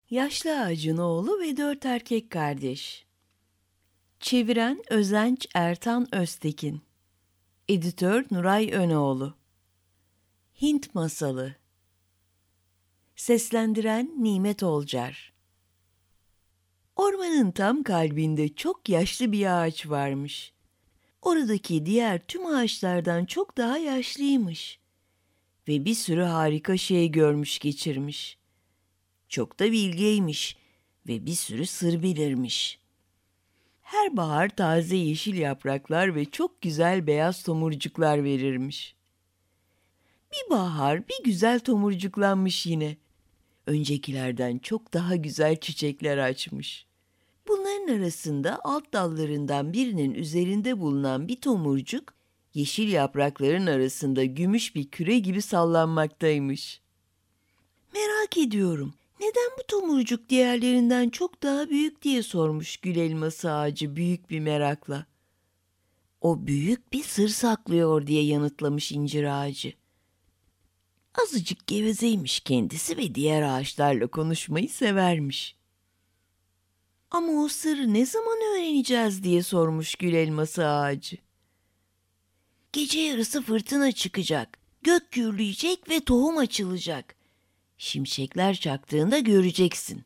Yaşlı Ağacın Oğlu ve Dört Erkek Kardeş. Çeviren Özenç Ertan Öztekin. Editör Nuray Önoğlu. Hint Masalı. Seslendiren Nimet Olcar. Ormanın tam kalbinde çok yaşlı bir ağaç varmış. Oradaki diğer tüm ağaçlardan çok daha yaşlıymış. Ve bir sürü harika şey görmüş geçirmiş. Çok da bilgeymiş ve bir sürü sır bilirmiş. Her bahar taze yeşil yapraklar ve çok güzel beyaz tomurcuklar verirmiş. Bir bahar bir güzel tomurcuklanmış yine. Öncekilerden çok daha güzel çiçekler açmış. Bunların arasında alt dallarından birinin üzerinde bulunan bir tomurcuk, yeşil yaprakların arasında gümüş bir küre gibi sallanmaktaymış. "Merak ediyorum, neden bu tomurcuk diğerlerinden çok daha büyük?" diye sormuş gül elması ağacı büyük bir merakla. "O büyük bir sır saklıyor," diye yanıtlamış incir ağacı. Azıcık gevezeymiş kendisi ve diğer ağaçlarla konuşmayı severmiş. "Ama o sırrı ne zaman öğreneceğiz?" diye sormuş gül elması ağacı. "Gece yarısı fırtına çıkacak, gök gürleyecek ve tohum açılacak. Şimşekler çaktığında göreceksin."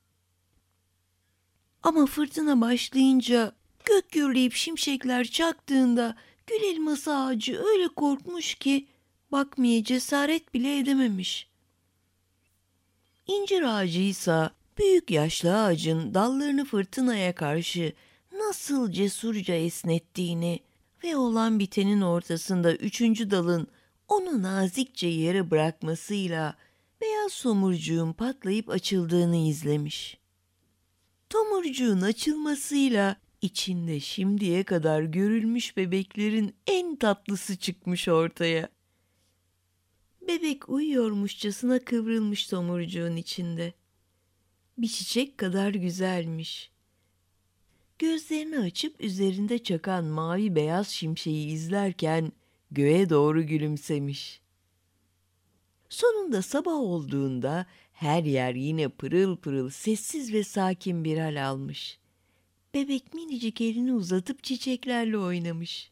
Ama fırtına başlayınca, gök gürleyip şimşekler çaktığında gül elması ağacı öyle korkmuş ki bakmaya cesaret bile edememiş. İncir ağacıysa büyük yaşlı ağacın dallarını fırtınaya karşı nasıl cesurca esnettiğini ve olan bitenin ortasında üçüncü dalın onu nazikçe yere bırakmasıyla beyaz tomurcuğun patlayıp açıldığını izlemiş. Tomurcuğun açılmasıyla içinde şimdiye kadar görülmüş bebeklerin en tatlısı çıkmış ortaya. Bebek uyuyormuşçasına kıvrılmış tomurcuğun içinde. Bir çiçek kadar güzelmiş. Gözlerini açıp üzerinde çakan mavi beyaz şimşeği izlerken göğe doğru gülümsemiş. Sonunda sabah olduğunda her yer yine pırıl pırıl sessiz ve sakin bir hal almış. Bebek minicik elini uzatıp çiçeklerle oynamış.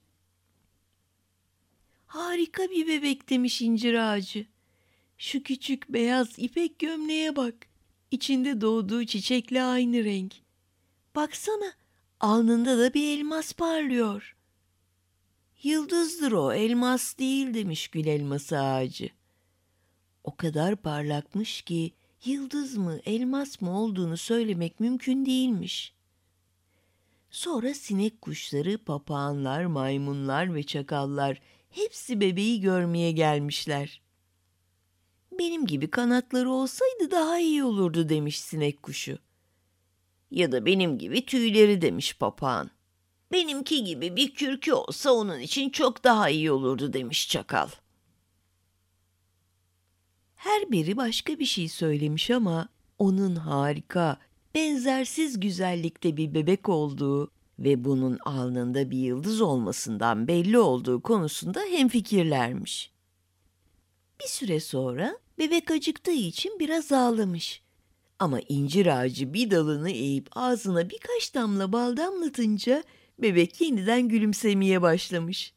"Harika bir bebek," demiş incir ağacı. "Şu küçük beyaz ipek gömleğe bak. İçinde doğduğu çiçekle aynı renk. Baksana, alnında da bir elmas parlıyor." "Yıldızdır o, elmas değil," demiş gül elması ağacı. O kadar parlakmış ki yıldız mı elmas mı olduğunu söylemek mümkün değilmiş. Sonra sinek kuşları, papağanlar, maymunlar ve çakallar hepsi bebeği görmeye gelmişler. "Benim gibi kanatları olsaydı daha iyi olurdu," demiş sinek kuşu. "Ya da benim gibi tüyleri," demiş papağan. "Benimki gibi bir kürkü olsa onun için çok daha iyi olurdu," demiş çakal. Her biri başka bir şey söylemiş ama onun harika, benzersiz güzellikte bir bebek olduğu ve bunun alnında bir yıldız olmasından belli olduğu konusunda hemfikirlermiş. Bir süre sonra bebek acıktığı için biraz ağlamış. Ama incir ağacı bir dalını eğip ağzına birkaç damla bal damlatınca bebek yeniden gülümsemeye başlamış.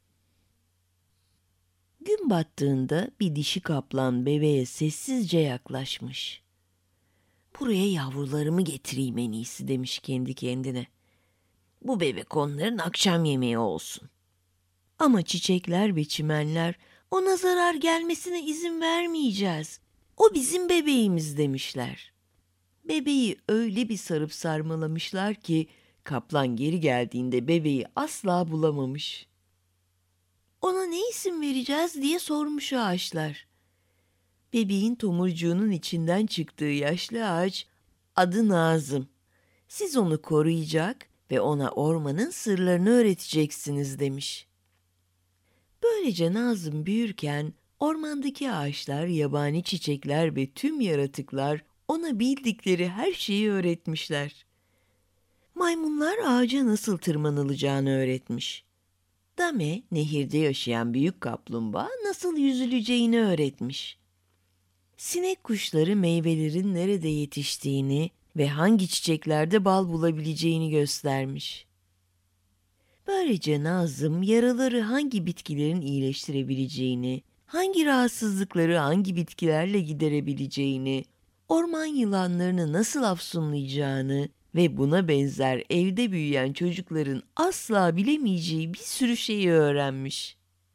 Gün battığında bir dişi kaplan bebeğe sessizce yaklaşmış. "Buraya yavrularımı getireyim en iyisi," demiş kendi kendine. "Bu bebek onların akşam yemeği olsun." Ama çiçekler ve çimenler, "Ona zarar gelmesine izin vermeyeceğiz. O bizim bebeğimiz," demişler. Bebeği öyle bir sarıp sarmalamışlar ki kaplan geri geldiğinde bebeği asla bulamamış. "Ona ne isim vereceğiz?" diye sormuş ağaçlar. Bebeğin tomurcuğunun içinden çıktığı yaşlı ağaç, "Adı Nazım. Siz onu koruyacak ve ona ormanın sırlarını öğreteceksiniz," demiş. Böylece Nazım büyürken ormandaki ağaçlar, yabani çiçekler ve tüm yaratıklar ona bildikleri her şeyi öğretmişler. Maymunlar ağaca nasıl tırmanılacağını öğretmiş. Dame, nehirde yaşayan büyük kaplumbağa nasıl yüzüleceğini öğretmiş. Sinek kuşları meyvelerin nerede yetiştiğini ve hangi çiçeklerde bal bulabileceğini göstermiş. Böylece Nazım yaraları hangi bitkilerin iyileştirebileceğini, hangi rahatsızlıkları hangi bitkilerle giderebileceğini, orman yılanlarını nasıl afsunlayacağını ve buna benzer evde büyüyen çocukların asla bilemeyeceği bir sürü şeyi öğrenmiş.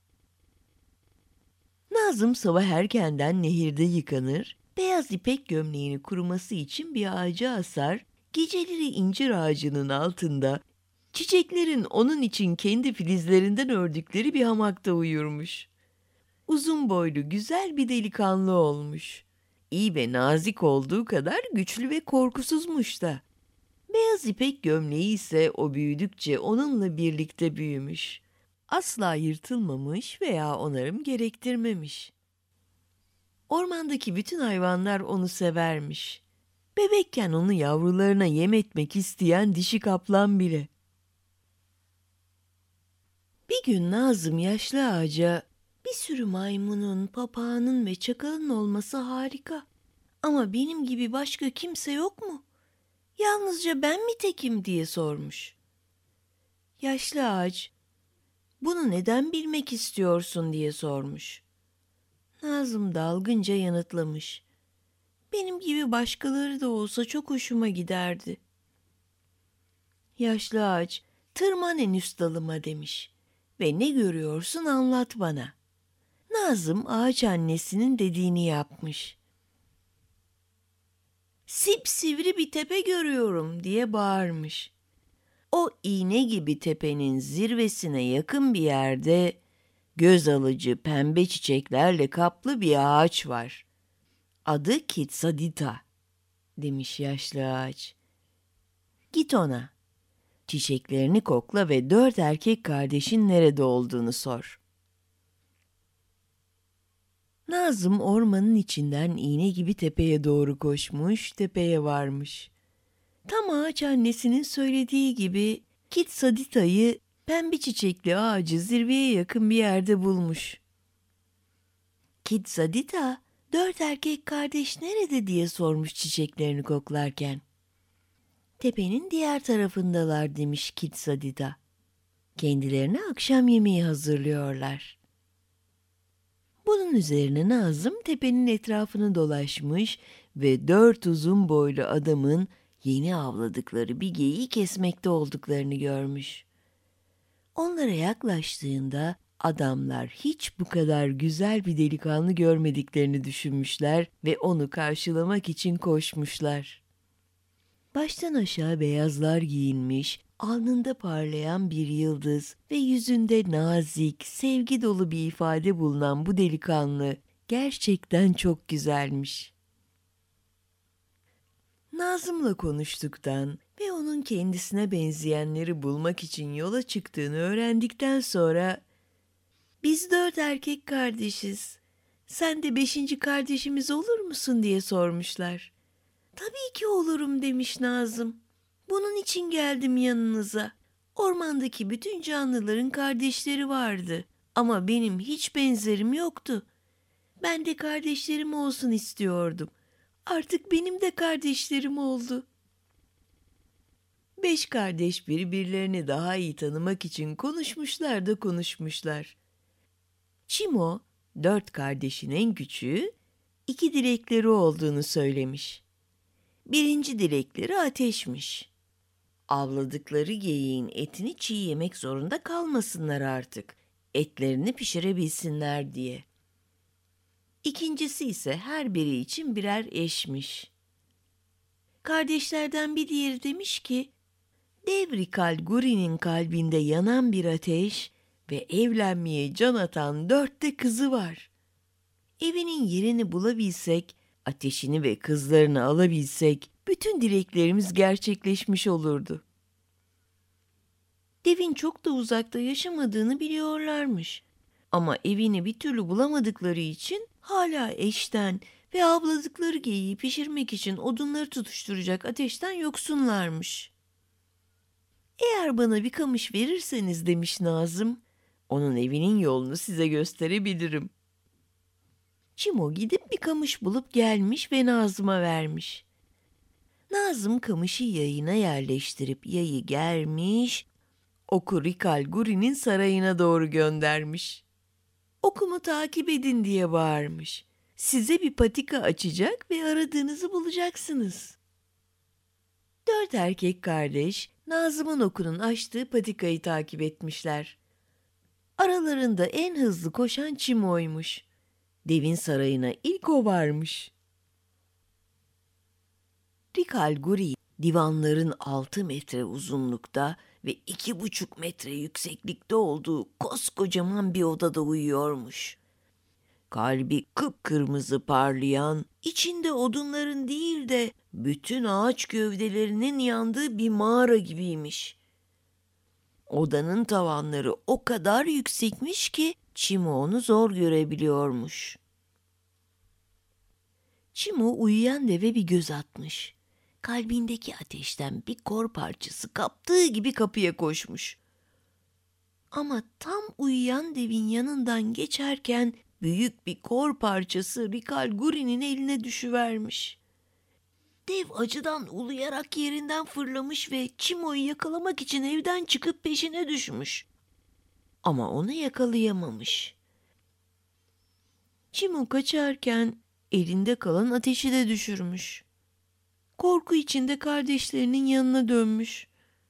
Nazım sabah erkenden nehirde yıkanır, beyaz ipek gömleğini kuruması için bir ağaca asar, geceleri incir ağacının altında çiçeklerin onun için kendi filizlerinden ördükleri bir hamakta uyurmuş. Uzun boylu güzel bir delikanlı olmuş. İyi ve nazik olduğu kadar güçlü ve korkusuzmuş da. Beyaz ipek gömleği ise o büyüdükçe onunla birlikte büyümüş. Asla yırtılmamış veya onarım gerektirmemiş. Ormandaki bütün hayvanlar onu severmiş. Bebekken onu yavrularına yem etmek isteyen dişi kaplan bile. Bir gün Nazım yaşlı ağaca, bir sürü maymunun, papağanın ve çakalın olması harika. Ama benim gibi başka kimse yok mu? Yalnızca ben mi tekim diye sormuş. Yaşlı ağaç, bunu neden bilmek istiyorsun diye sormuş. Nazım dalgınca yanıtlamış. Benim gibi başkaları da olsa çok hoşuma giderdi. Yaşlı ağaç, tırman en üst dalıma demiş ve ne görüyorsun anlat bana. Nazım ağaç annesinin dediğini yapmış. Sipsivri bir tepe görüyorum diye bağırmış. O iğne gibi tepenin zirvesine yakın bir yerde göz alıcı pembe çiçeklerle kaplı bir ağaç var. Adı Kitsadita demiş yaşlı ağaç. Git ona. Çiçeklerini kokla ve 4 erkek kardeşin nerede olduğunu sor. Nazım ormanın içinden iğne gibi tepeye doğru koşmuş, tepeye varmış. Tam ağaç annesinin söylediği gibi Kitsadita'yı pembe çiçekli ağacı zirveye yakın bir yerde bulmuş. Kitsadita, 4 erkek kardeş nerede diye sormuş çiçeklerini koklarken. Tepenin diğer tarafındalar demiş Kitsadita. Kendilerine akşam yemeği hazırlıyorlar. Bunun üzerine Nazım tepenin etrafını dolaşmış ve 4 uzun boylu adamın yeni avladıkları bir geyiği kesmekte olduklarını görmüş. Onlara yaklaştığında adamlar hiç bu kadar güzel bir delikanlı görmediklerini düşünmüşler ve onu karşılamak için koşmuşlar. Baştan aşağı beyazlar giyinmiş, alnında parlayan bir yıldız ve yüzünde nazik, sevgi dolu bir ifade bulunan bu delikanlı gerçekten çok güzelmiş. Nazım'la konuştuktan ve onun kendisine benzeyenleri bulmak için yola çıktığını öğrendikten sonra "Biz 4 erkek kardeşiz. Sen de 5. kardeşimiz olur musun?" diye sormuşlar. "Tabii ki olurum," demiş Nazım. "Bunun için geldim yanınıza. Ormandaki bütün canlıların kardeşleri vardı ama benim hiç benzerim yoktu. Ben de kardeşlerim olsun istiyordum. Artık benim de kardeşlerim oldu." 5 kardeş birbirlerini daha iyi tanımak için konuşmuşlar da konuşmuşlar. Çimo, 4 kardeşin en küçüğü, 2 dilekleri olduğunu söylemiş. Birinci dilekleri ateşmiş. Avladıkları geyiğin etini çiğ yemek zorunda kalmasınlar artık. Etlerini pişirebilsinler diye. İkincisi ise her biri için birer eşmiş. Kardeşlerden bir diğeri demiş ki, Devrikal Guri'nin kalbinde yanan bir ateş ve evlenmeye can atan 4 de kızı var. Evinin yerini bulabilsek, ateşini ve kızlarını alabilsek, bütün dileklerimiz gerçekleşmiş olurdu. Devin çok da uzakta yaşamadığını biliyorlarmış. Ama evini bir türlü bulamadıkları için hala eşten ve avladıkları geyiği pişirmek için odunları tutuşturacak ateşten yoksunlarmış. "Eğer bana bir kamış verirseniz," demiş Nazım, "onun evinin yolunu size gösterebilirim." Çimo gidip bir kamış bulup gelmiş ve Nazım'a vermiş. Nazım kamışı yayına yerleştirip yayı germiş, oku Rikal Guri'nin sarayına doğru göndermiş. Okumu takip edin diye bağırmış. Size bir patika açacak ve aradığınızı bulacaksınız. 4 erkek kardeş Nazım'ın okunun açtığı patikayı takip etmişler. Aralarında en hızlı koşan Çimo'ymuş. Devin sarayına ilk o varmış. Rikal Guri divanların 6 metre uzunlukta ve 2,5 metre yükseklikte olduğu koskocaman bir odada uyuyormuş. Kalbi kıpkırmızı parlayan, içinde odunların değil de bütün ağaç gövdelerinin yandığı bir mağara gibiymiş. Odanın tavanları o kadar yüksekmiş ki Çimo onu zor görebiliyormuş. Çimo uyuyan deve bir göz atmış. Kalbindeki ateşten bir kor parçası kaptığı gibi kapıya koşmuş. Ama tam uyuyan devin yanından geçerken büyük bir kor parçası Rikal Guri'nin eline düşüvermiş. Dev acıdan uluyarak yerinden fırlamış ve Çimo'yu yakalamak için evden çıkıp peşine düşmüş. Ama onu yakalayamamış. Çimo kaçarken elinde kalan ateşi de düşürmüş. Korku içinde kardeşlerinin yanına dönmüş.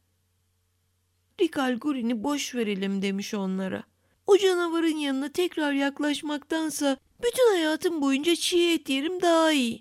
Rikal Guri'ni boş verelim demiş onlara. O canavarın yanına tekrar yaklaşmaktansa bütün hayatım boyunca çiğ et yerim daha iyi.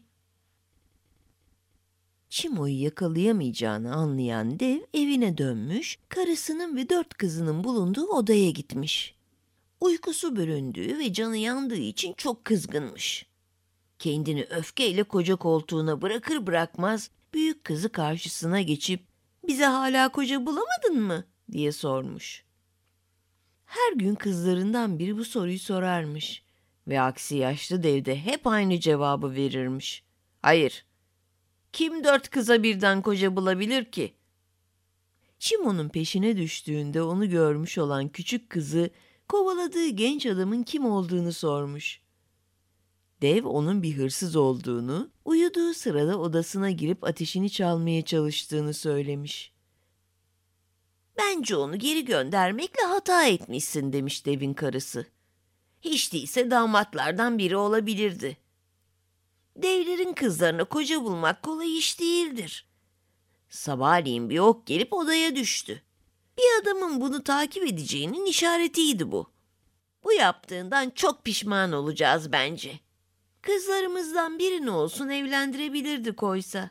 Çimo'yu yakalayamayacağını anlayan dev evine dönmüş, karısının ve 4 kızının bulunduğu odaya gitmiş. Uykusu bölündüğü ve canı yandığı için çok kızgınmış. Kendini öfkeyle koca koltuğuna bırakır bırakmaz büyük kızı karşısına geçip "Bize hala koca bulamadın mı?" diye sormuş. Her gün kızlarından biri bu soruyu sorarmış ve aksi yaşlı dev de hep aynı cevabı verirmiş. "Hayır, kim 4 kıza birden koca bulabilir ki?" Çimo'nun peşine düştüğünde onu görmüş olan küçük kızı kovaladığı genç adamın kim olduğunu sormuş. Dev onun bir hırsız olduğunu, uyuduğu sırada odasına girip ateşini çalmaya çalıştığını söylemiş. "Bence onu geri göndermekle hata etmişsin," demiş devin karısı. "Hiç değilse damatlardan biri olabilirdi. Devlerin kızlarına koca bulmak kolay iş değildir. Sabahleyin bir ok gelip odaya düştü. Bir adamın bunu takip edeceğinin işaretiydi bu. Bu yaptığından çok pişman olacağız bence. Kızlarımızdan birini olsun evlendirebilirdik oysa."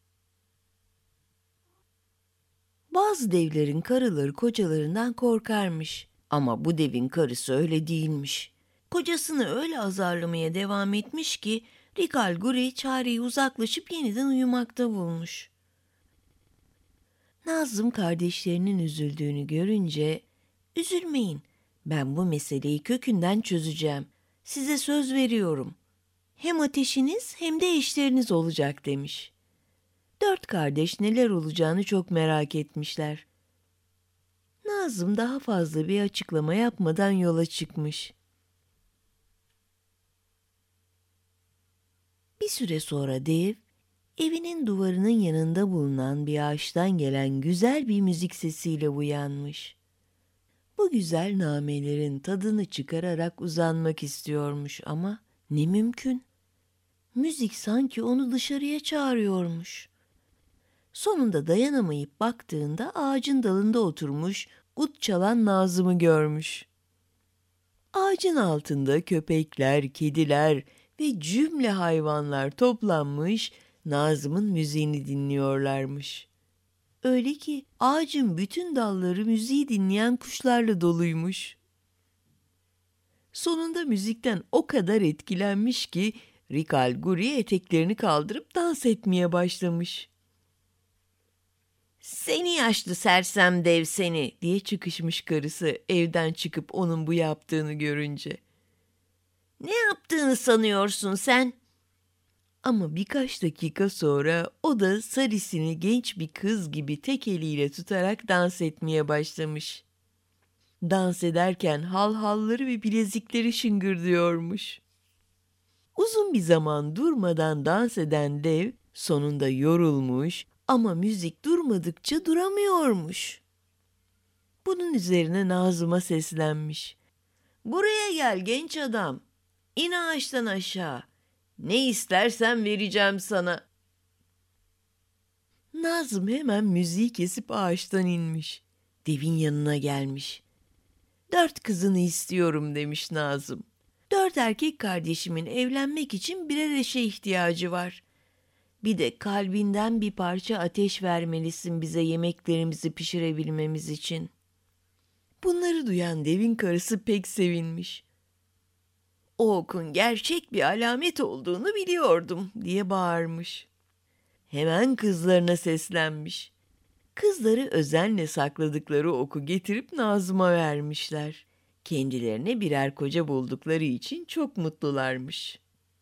Bazı devlerin karıları kocalarından korkarmış. Ama bu devin karısı öyle değilmiş. Kocasını öyle azarlamaya devam etmiş ki Rikal Guri çareyi uzaklaşıp yeniden uyumakta bulmuş. Nazım kardeşlerinin üzüldüğünü görünce "Üzülmeyin, ben bu meseleyi kökünden çözeceğim. Size söz veriyorum. Hem ateşiniz hem de eşleriniz olacak," demiş. 4 kardeş neler olacağını çok merak etmişler. Nazım daha fazla bir açıklama yapmadan yola çıkmış. Bir süre sonra dev, evinin duvarının yanında bulunan bir ağaçtan gelen güzel bir müzik sesiyle uyanmış. Bu güzel namelerin tadını çıkararak uzanmak istiyormuş ama ne mümkün. Müzik sanki onu dışarıya çağırıyormuş. Sonunda dayanamayıp baktığında ağacın dalında oturmuş, ut çalan Nazım'ı görmüş. Ağacın altında köpekler, kediler ve cümle hayvanlar toplanmış, Nazım'ın müziğini dinliyorlarmış. Öyle ki ağacın bütün dalları müziği dinleyen kuşlarla doluymuş. Sonunda müzikten o kadar etkilenmiş ki Rikal Guri eteklerini kaldırıp dans etmeye başlamış. "Seni yaşlı sersem dev seni," diye çıkışmış karısı evden çıkıp onun bu yaptığını görünce. "Ne yaptığını sanıyorsun sen?" Ama birkaç dakika sonra o da Saris'ini genç bir kız gibi tek eliyle tutarak dans etmeye başlamış. Dans ederken halhalları ve bilezikleri şıngırdıyormuş. Uzun bir zaman durmadan dans eden dev sonunda yorulmuş ama müzik durmadıkça duramıyormuş. Bunun üzerine Nazım'a seslenmiş. "Buraya gel genç adam. İn ağaçtan aşağı. Ne istersen vereceğim sana." Nazım hemen müziği kesip ağaçtan inmiş. Devin yanına gelmiş. "4 kızını istiyorum," demiş Nazım. "4 erkek kardeşimin evlenmek için birer eşe ihtiyacı var. Bir de kalbinden bir parça ateş vermelisin bize yemeklerimizi pişirebilmemiz için." Bunları duyan devin karısı pek sevinmiş. "O okun gerçek bir alamet olduğunu biliyordum," diye bağırmış. Hemen kızlarına seslenmiş. Kızları özenle sakladıkları oku getirip Nazım'a vermişler. Kendilerine birer koca buldukları için çok mutlularmış.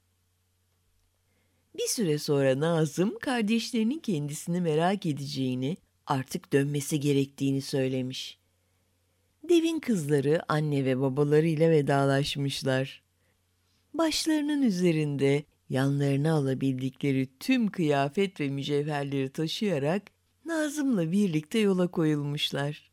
Bir süre sonra Nazım kardeşlerinin kendisini merak edeceğini, artık dönmesi gerektiğini söylemiş. Devin kızları anne ve babalarıyla vedalaşmışlar. Başlarının üzerinde yanlarına alabildikleri tüm kıyafet ve mücevherleri taşıyarak Nazım'la birlikte yola koyulmuşlar.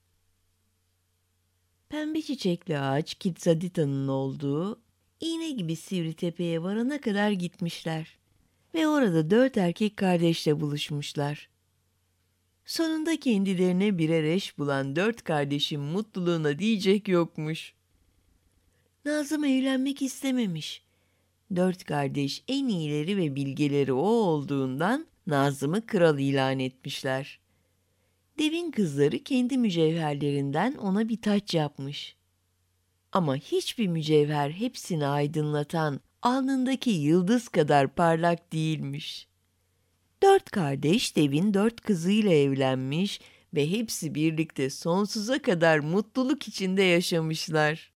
Pembe çiçekli ağaç Kitsadita'nın olduğu iğne gibi sivri tepeye varana kadar gitmişler ve orada 4 erkek kardeşle buluşmuşlar. Sonunda kendilerine birer eş bulan 4 kardeşin mutluluğuna diyecek yokmuş. Nazım evlenmek istememiş. 4 kardeş en iyileri ve bilgeleri o olduğundan Nazım'ı kral ilan etmişler. Devin kızları kendi mücevherlerinden ona bir taç yapmış. Ama hiçbir mücevher hepsini aydınlatan alnındaki yıldız kadar parlak değilmiş. 4 kardeş devin 4 kızıyla evlenmiş ve hepsi birlikte sonsuza kadar mutluluk içinde yaşamışlar.